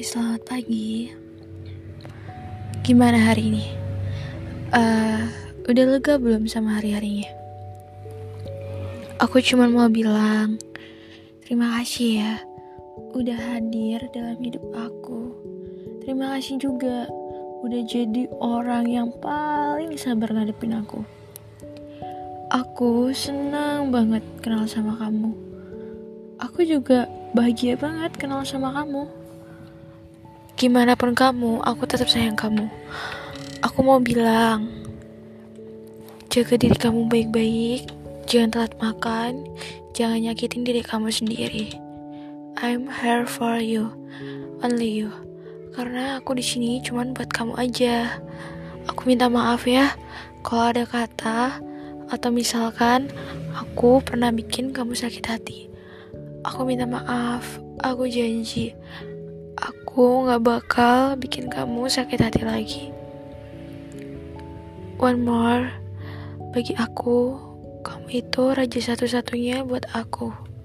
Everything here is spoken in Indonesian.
Selamat pagi. Gimana hari ini? Udah lega belum sama hari-harinya? Aku cuma mau bilang terima kasih ya udah hadir dalam hidup aku. Terima kasih juga udah jadi orang yang paling sabar ngadepin aku. Aku senang banget kenal sama kamu. Aku juga bahagia banget kenal sama kamu. Gimana pun kamu, aku tetap sayang kamu. Aku mau bilang, jaga diri kamu baik-baik, jangan telat makan, jangan nyakitin diri kamu sendiri. I'm here for you, only you. Karena aku di sini cuman buat kamu aja. Aku minta maaf ya, kalau ada kata atau misalkan aku pernah bikin kamu sakit hati. Aku minta maaf, aku janji. Aku gak bakal bikin kamu sakit hati lagi. One more, bagi aku, kamu itu raja satu-satunya buat aku.